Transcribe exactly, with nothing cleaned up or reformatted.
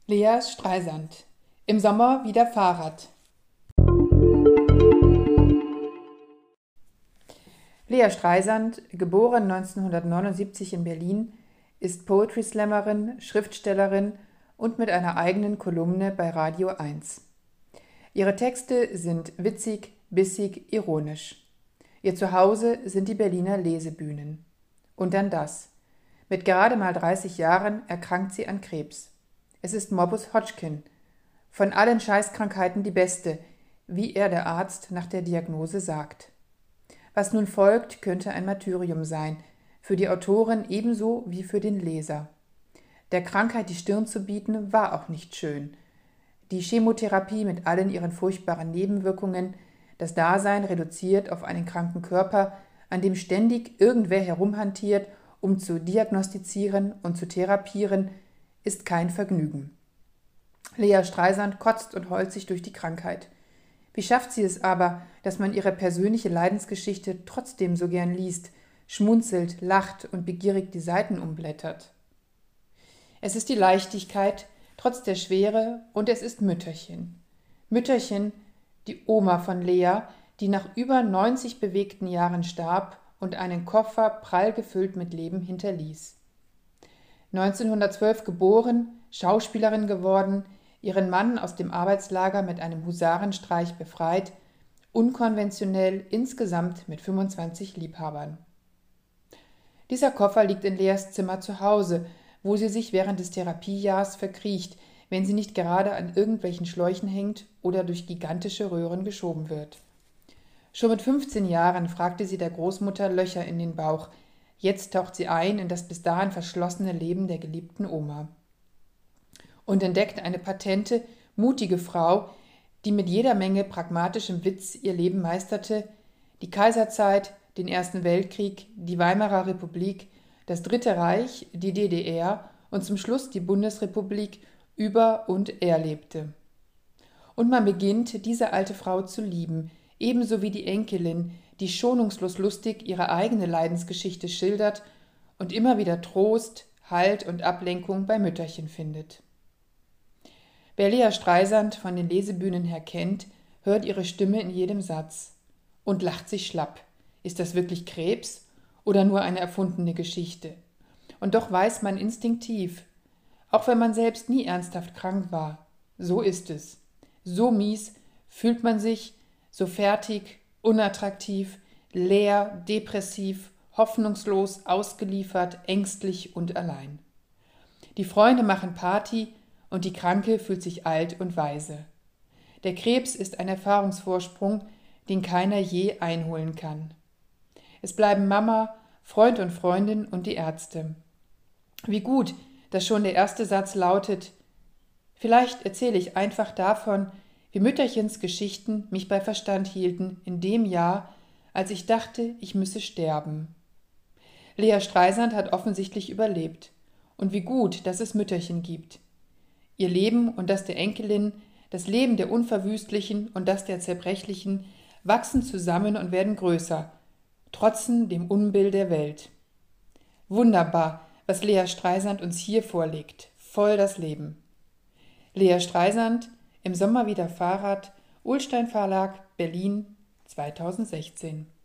Lea Streisand. Im Sommer wieder Fahrrad. Lea Streisand, geboren neunzehnhundertneunundsiebzig in Berlin, ist Poetry Slammerin, Schriftstellerin und mit einer eigenen Kolumne bei Radio eins. Ihre Texte sind witzig, bissig, ironisch. Ihr Zuhause sind die Berliner Lesebühnen. Und dann das. Mit gerade mal dreißig Jahren erkrankt sie an Krebs. Es ist Morbus Hodgkin. Von allen Scheißkrankheiten die beste, wie er der Arzt nach der Diagnose sagt. Was nun folgt, könnte ein Martyrium sein, für die Autorin ebenso wie für den Leser. Der Krankheit die Stirn zu bieten, war auch nicht schön. Die Chemotherapie mit allen ihren furchtbaren Nebenwirkungen, das Dasein reduziert auf einen kranken Körper, an dem ständig irgendwer herumhantiert, um zu diagnostizieren und zu therapieren, ist kein Vergnügen. Lea Streisand kotzt und heult sich durch die Krankheit. Wie schafft sie es aber, dass man ihre persönliche Leidensgeschichte trotzdem so gern liest, schmunzelt, lacht und begierig die Seiten umblättert? Es ist die Leichtigkeit, trotz der Schwere, und es ist Mütterchen. Mütterchen, die Oma von Lea, die nach über neunzig bewegten Jahren starb und einen Koffer prall gefüllt mit Leben hinterließ. neunzehnhundertzwölf geboren, Schauspielerin geworden, ihren Mann aus dem Arbeitslager mit einem Husarenstreich befreit, unkonventionell, insgesamt mit fünfundzwanzig Liebhabern. Dieser Koffer liegt in Leas Zimmer zu Hause, wo sie sich während des Therapiejahrs verkriecht, wenn sie nicht gerade an irgendwelchen Schläuchen hängt oder durch gigantische Röhren geschoben wird. Schon mit fünfzehn Jahren fragte sie der Großmutter Löcher in den Bauch. Jetzt taucht sie ein in das bis dahin verschlossene Leben der geliebten Oma. Und entdeckt eine patente, mutige Frau, die mit jeder Menge pragmatischem Witz ihr Leben meisterte, die Kaiserzeit, den Ersten Weltkrieg, die Weimarer Republik, das Dritte Reich, die D D R und zum Schluss die Bundesrepublik über und erlebte. Und man beginnt, diese alte Frau zu lieben, ebenso wie die Enkelin, die schonungslos lustig ihre eigene Leidensgeschichte schildert und immer wieder Trost, Halt und Ablenkung bei Mütterchen findet. Wer Lea Streisand von den Lesebühnen her kennt, hört ihre Stimme in jedem Satz und lacht sich schlapp. Ist das wirklich Krebs oder nur eine erfundene Geschichte? Und doch weiß man instinktiv, auch wenn man selbst nie ernsthaft krank war, so ist es. So mies fühlt man sich, so fertig, unattraktiv, leer, depressiv, hoffnungslos, ausgeliefert, ängstlich und allein. Die Freunde machen Party und die Kranke fühlt sich alt und weise. Der Krebs ist ein Erfahrungsvorsprung, den keiner je einholen kann. Es bleiben Mama, Freund und Freundin und die Ärzte. Wie gut, dass schon der erste Satz lautet: Vielleicht erzähle ich einfach davon, wie Mütterchens Geschichten mich bei Verstand hielten in dem Jahr, als ich dachte, ich müsse sterben. Lea Streisand hat offensichtlich überlebt. Und wie gut, dass es Mütterchen gibt. Ihr Leben und das der Enkelin, das Leben der Unverwüstlichen und das der Zerbrechlichen wachsen zusammen und werden größer, trotzen dem Unbill der Welt. Wunderbar, was Lea Streisand uns hier vorlegt. Voll das Leben. Lea Streisand, Im Sommer wieder Fahrrad, Ullstein Verlag, Berlin, zweitausendsechzehn.